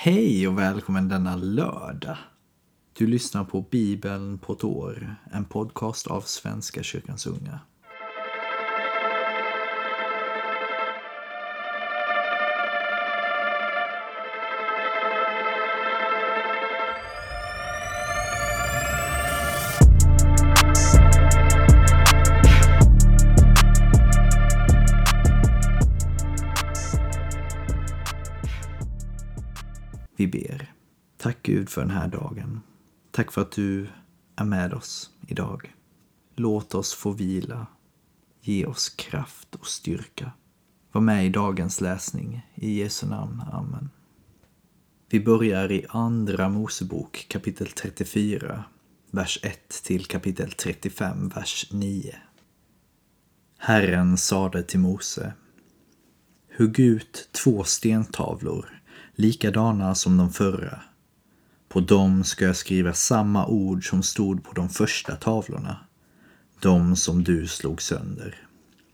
Hej och välkommen denna lördag. Du lyssnar på Bibeln på ett år, en podcast av Svenska kyrkans unga. Vi ber. Tack Gud för den här dagen. Tack för att du är med oss idag. Låt oss få vila. Ge oss kraft och styrka. Var med i dagens läsning. I Jesu namn. Amen. Vi börjar i Andra Mosebok kapitel 34, vers 1 till kapitel 35, vers 9. Herren sade till Mose: hugg ut 2 stentavlor, likadana som de förra. På dem ska jag skriva samma ord som stod på de första tavlorna, de som du slog sönder.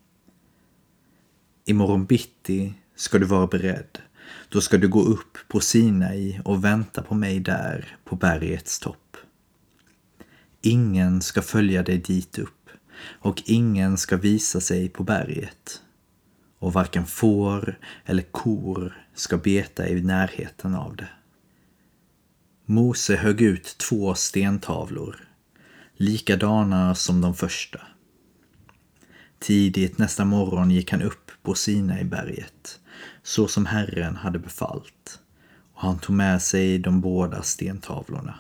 Imorgon bitti ska du vara beredd. Då ska du gå upp på Sinai och vänta på mig där på bergets topp. Ingen ska följa dig dit upp, och ingen ska visa sig på berget. Och varken får eller kor ska beta i närheten av det. Mose högg ut 2 stentavlor, likadana som de första. Tidigt nästa morgon gick han upp på Sinaiberget, så som Herren hade befallt, och han tog med sig de båda stentavlorna.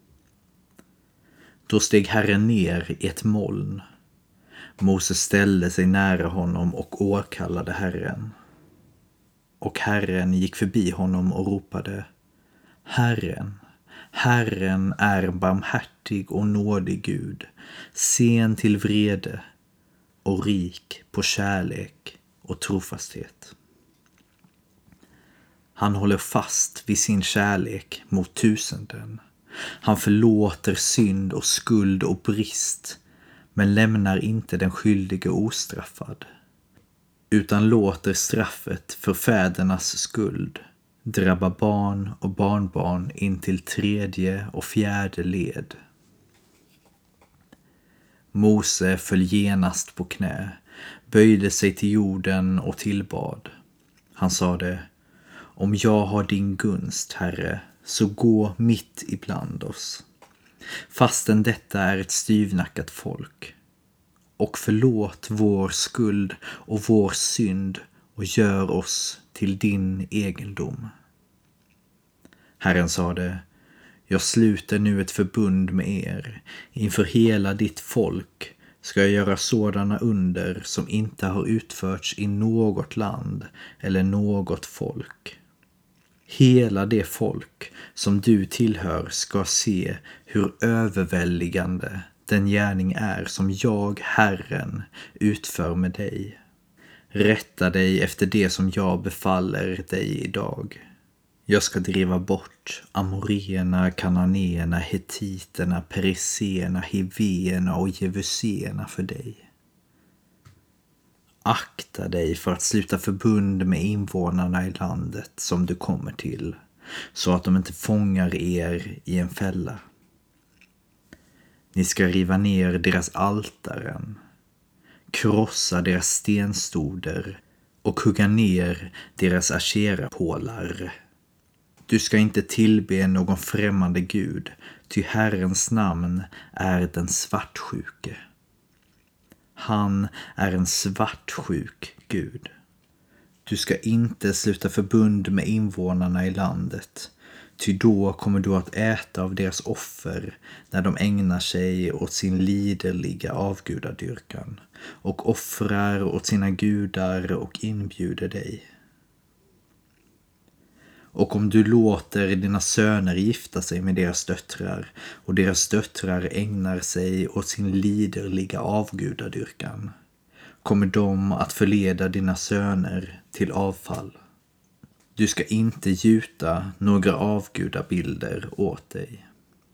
Då steg Herren ner i ett moln. Mose ställde sig nära honom och åkallade Herren. Och Herren gick förbi honom och ropade: Herren, Herren är barmhärtig och nådig Gud, sen till vrede och rik på kärlek och trofasthet. Han håller fast vid sin kärlek mot tusenden. Han förlåter synd och skuld och brist, men lämnar inte den skyldige ostraffad, utan låter straffet för fädernas skuld drabba barn och barnbarn in till 3:e och 4:e led. Mose föll genast på knä, böjde sig till jorden och tillbad. Han sade: om jag har din gunst, Herre, så gå mitt ibland oss. Fastän detta är ett styvnackat folk. Och förlåt vår skuld och vår synd och gör oss till din egendom. Herren sade: jag sluter nu ett förbund med er. Inför hela ditt folk ska jag göra sådana under som inte har utförts i något land eller något folk. Hela det folk som du tillhör ska se hur överväldigande den gärning är som jag, Herren, utför med dig. Rätta dig efter det som jag befaller dig idag. Jag ska driva bort amoreerna, kananéerna, hetiterna, periserna, hivéerna och jevuséerna för dig. Akta dig för att sluta förbund med invånarna i landet som du kommer till, så att de inte fångar er i en fälla. Ni ska riva ner deras altaren, krossa deras stenstoder och hugga ner deras asherapålar. Du ska inte tillbe någon främmande gud, ty Herrens namn är den svartsjuke. Han är en svartsjuk Gud. Du ska inte sluta förbund med invånarna i landet, ty då kommer du att äta av deras offer när de ägnar sig åt sin liderliga avgudadyrkan och offrar åt sina gudar och inbjuder dig. Och om du låter dina söner gifta sig med deras döttrar och deras döttrar ägnar sig åt sin liderliga avgudadyrkan, kommer de att förleda dina söner till avfall. Du ska inte gjuta några avgudabilder åt dig.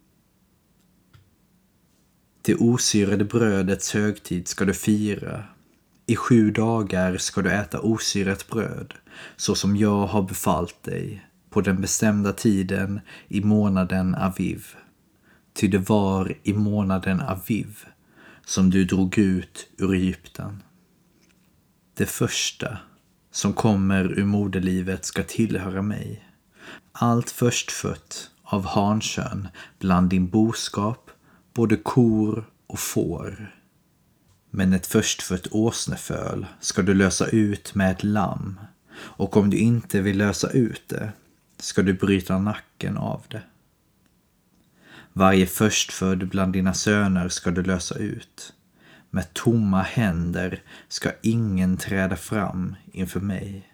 Det osyrade brödets högtid ska du fira. I 7 dagar ska du äta osyrat bröd, så som jag har befallt dig. på den bestämda tiden i månaden Aviv. Ty det var i månaden Aviv som du drog ut ur Egypten. Det första som kommer ur moderlivet ska tillhöra mig. Allt förstfött av hankön bland din boskap, både kor och får. Men ett förstfött åsneföl ska du lösa ut med ett lamm, och om du inte vill lösa ut det ska du bryta nacken av det. Varje förstfödd bland dina söner ska du lösa ut. Med tomma händer ska ingen träda fram inför mig.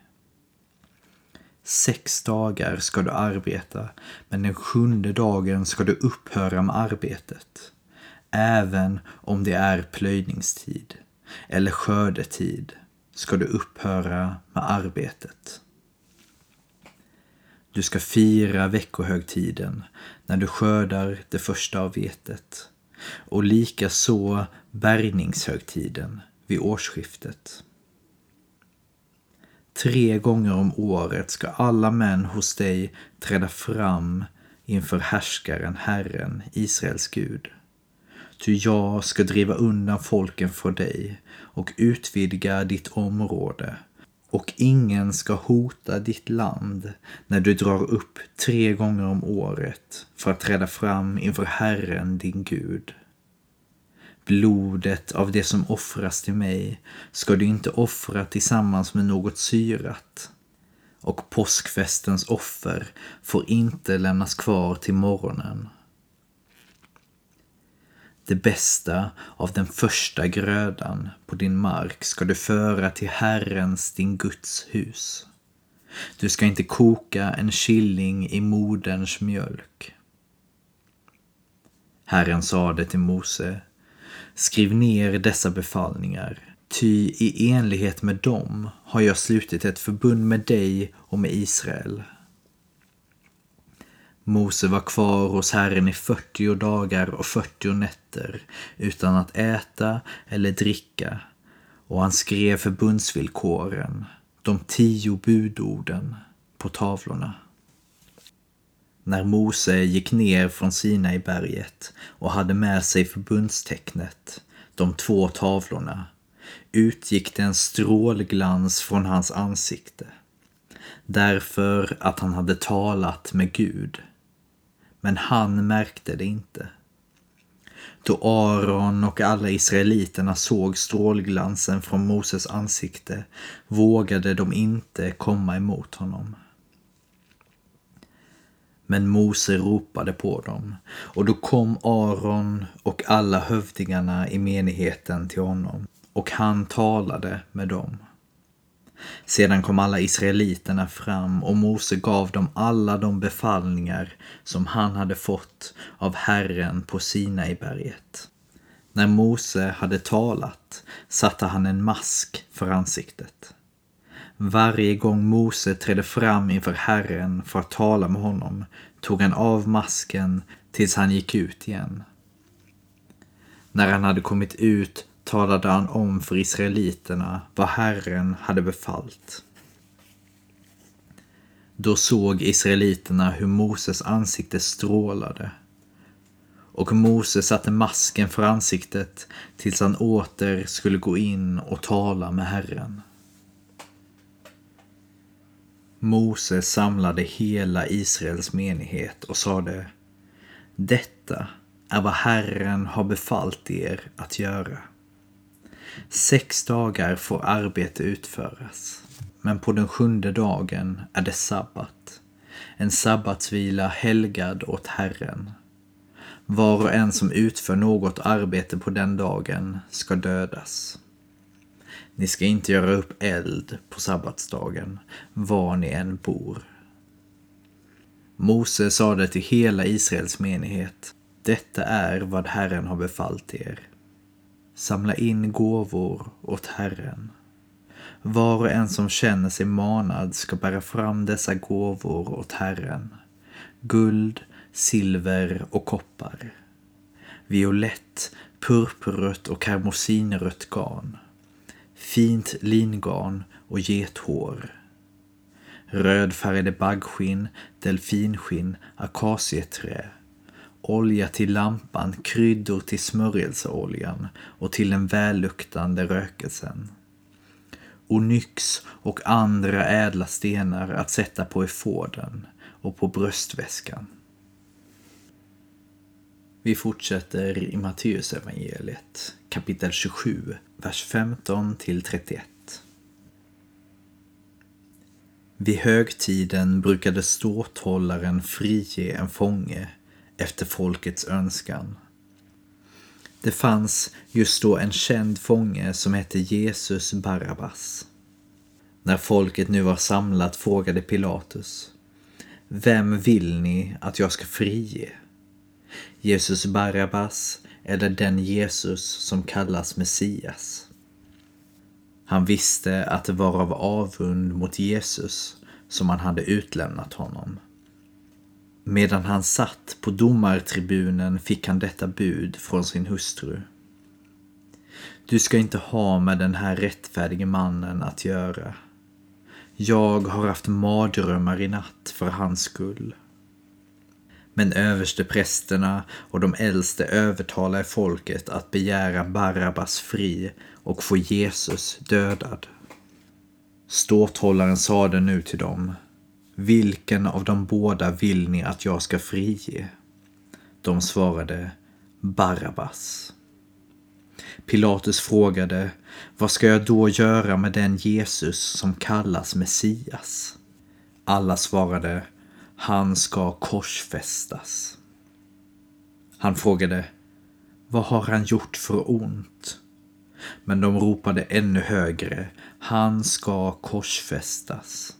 6 dagar ska du arbeta, men den 7:e dagen ska du upphöra med arbetet. Även om det är plöjningstid eller skördetid ska du upphöra med arbetet. Du ska fira veckohögtiden när du skördar det första av vetet, och lika så bärgningshögtiden vid årsskiftet. 3 gånger om året ska alla män hos dig träda fram inför härskaren Herren, Israels Gud. Ty jag ska driva undan folken från dig och utvidga ditt område, och ingen ska hota ditt land när du drar upp 3 gånger om året för att träda fram inför Herren din Gud. Blodet av det som offras till mig ska du inte offra tillsammans med något syrat, och påskfestens offer får inte lämnas kvar till morgonen. Det bästa av den första grödan på din mark ska du föra till Herrens din Guds hus. Du ska inte koka en killing i moderns mjölk. Herren sade till Mose: skriv ner dessa befallningar, ty i enlighet med dem har jag slutit ett förbund med dig och med Israel. Mose var kvar hos Herren i 40 dagar och 40 nätter utan att äta eller dricka, och han skrev förbundsvillkoren, de 10 budorden, på tavlorna. När Mose gick ner från Sinai berget och hade med sig förbundstecknet, de 2 tavlorna, utgick det en strålglans från hans ansikte, därför att han hade talat med Gud. Men han märkte det inte. Då Aron och alla israeliterna såg strålglansen från Moses ansikte vågade de inte komma emot honom. Men Mose ropade på dem, och då kom Aron och alla hövdingarna i menigheten till honom, och han talade med dem. Sedan kom alla israeliterna fram, och Mose gav dem alla de befallningar som han hade fått av Herren på Sinaiberget. När Mose hade talat satte han en mask för ansiktet. Varje gång Mose trädde fram inför Herren för att tala med honom tog han av masken tills han gick ut igen. När han hade kommit ut talade han om för israeliterna vad Herren hade befallt. Då såg israeliterna hur Moses ansikte strålade, och Mose satte masken för ansiktet tills han åter skulle gå in och tala med Herren. Mose samlade hela Israels menighet och sade: detta är vad Herren har befallt er att göra. 6 dagar får arbete utföras, men på den 7:e dagen är det sabbat, en sabbatsvila helgad åt Herren. Var och en som utför något arbete på den dagen ska dödas. Ni ska inte göra upp eld på sabbatsdagen, var ni än bor. Mose sade till hela Israels menighet: detta är vad Herren har befallt er. Samla in gåvor åt Herren. Var och en som känner sig manad ska bära fram dessa gåvor åt Herren: guld, silver och koppar, violett, purpurrött och karmosinrött garn, fint lingarn och gethår, rödfärgade baggskinn, delfinskinn, akacietträ, olja till lampan, kryddor till smörjelseoljan och till den välluktande rökelsen. Onyx och andra ädla stenar att sätta på efoden och på bröstväskan. Vi fortsätter i Matteusevangeliet, kapitel 27, vers 15 till 31. Vid högtiden brukade ståthållaren frige en fånge efter folkets önskan. Det fanns just då en känd fånge som hette Jesus Barabbas. När folket nu var samlat frågade Pilatus: Vem vill ni att jag ska frige? Jesus Barabbas eller den Jesus som kallas Messias? Han visste att det var av avund mot Jesus som han hade utlämnat honom. Medan han satt på domartribunen fick han detta bud från sin hustru: Du ska inte ha med den här rättfärdige mannen att göra. Jag har haft mardrömmar i natt för hans skull. Men översteprästerna och de äldste övertalade folket att begära Barabbas fri och få Jesus dödad. Ståthållaren sade nu till dem: Vilken av de båda vill ni att jag ska frige? De svarade: Barabbas. Pilatus frågade: Vad ska jag då göra med den Jesus som kallas Messias? Alla svarade: Han ska korsfästas. Han frågade: Vad har han gjort för ont? Men de ropade ännu högre: Han ska korsfästas.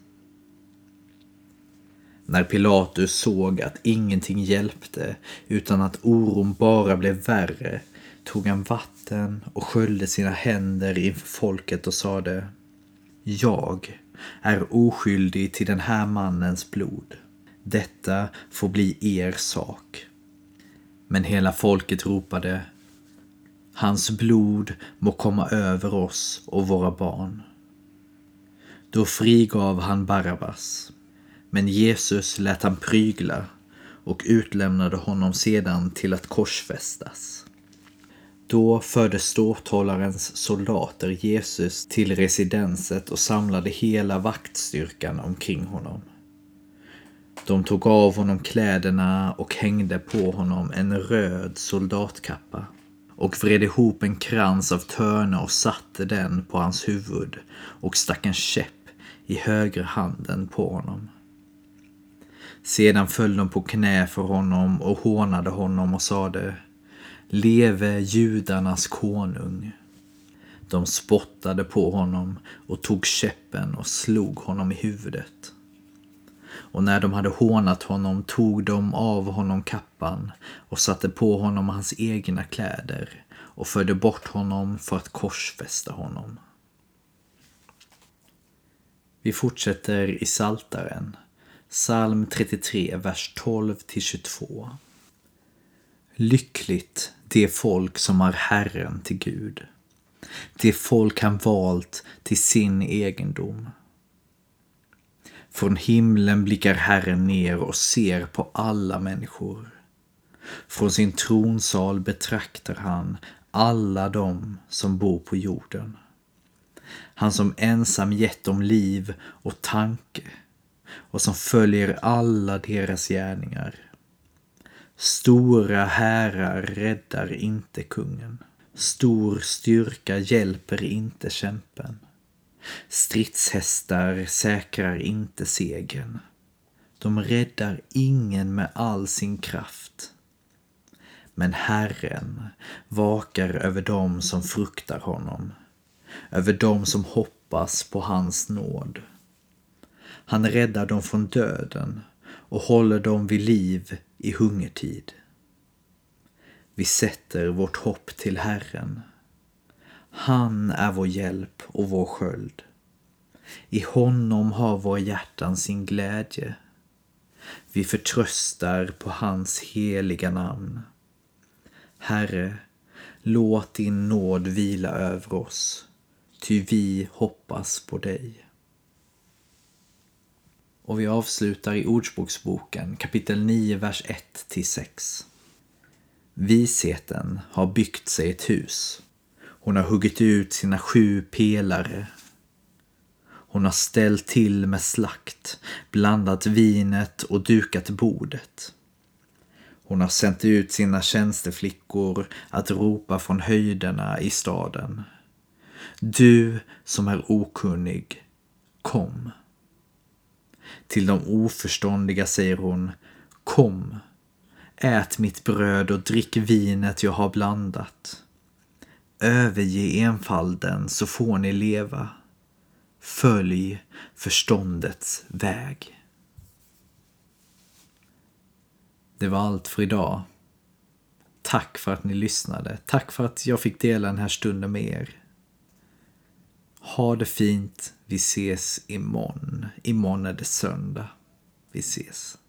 När Pilatus såg att ingenting hjälpte utan att oron bara blev värre, tog han vatten och sköljde sina händer inför folket och sade: Jag är oskyldig till den här mannens blod. Detta får bli er sak. Men hela folket ropade: Hans blod må komma över oss och våra barn. Då frigav han Barabbas, men Jesus lät han prygla och utlämnade honom sedan till att korsfästas. Då förde ståthållarens soldater Jesus till residenset och samlade hela vaktstyrkan omkring honom. De tog av honom kläderna och hängde på honom en röd soldatkappa och vred ihop en krans av törne och satte den på hans huvud och stack en käpp i högra handen på honom. Sedan föll de på knä för honom och hånade honom och sade: Leve judarnas konung. De spottade på honom och tog käppen och slog honom i huvudet. Och när de hade hånat honom tog de av honom kappan och satte på honom hans egna kläder och förde bort honom för att korsfästa honom. Vi fortsätter i Psaltaren, psalm 33, vers 12-22. Lyckligt det folk som har Herren till Gud, det folk han valt till sin egendom. Från himlen blickar Herren ner och ser på alla människor. Från sin tronsal betraktar han alla dem som bor på jorden. Han som ensam gett dem liv och tanke och som följer alla deras gärningar. Stora härar räddar inte kungen. Stor styrka hjälper inte kämpen. Stridshästar säkrar inte segern. De räddar ingen med all sin kraft. Men Herren vakar över dem som fruktar honom, över dem som hoppas på hans nåd. Han räddar dem från döden och håller dem vid liv i hungertid. Vi sätter vårt hopp till Herren. Han är vår hjälp och vår sköld. I honom har våra hjärtan sin glädje. Vi förtröstar på hans heliga namn. Herre, låt din nåd vila över oss, ty vi hoppas på dig. Och vi avslutar i Ordspråksboken kapitel 9, vers 1-6. Visheten har byggt sig ett hus. Hon har huggit ut sina 7 pelare. Hon har ställt till med slakt, blandat vinet och dukat bordet. Hon har sänt ut sina tjänsteflickor att ropa från höjderna i staden. Du som är okunnig, kom. Till de oförståndiga säger hon, kom, ät mitt bröd och drick vinet jag har blandat. Överge enfalden så får ni leva. Följ förståndets väg. Det var allt för idag. Tack för att ni lyssnade. Tack för att jag fick dela den här stunden med er. Ha det fint. Vi ses imorgon. Imorgon är det söndag. Vi ses.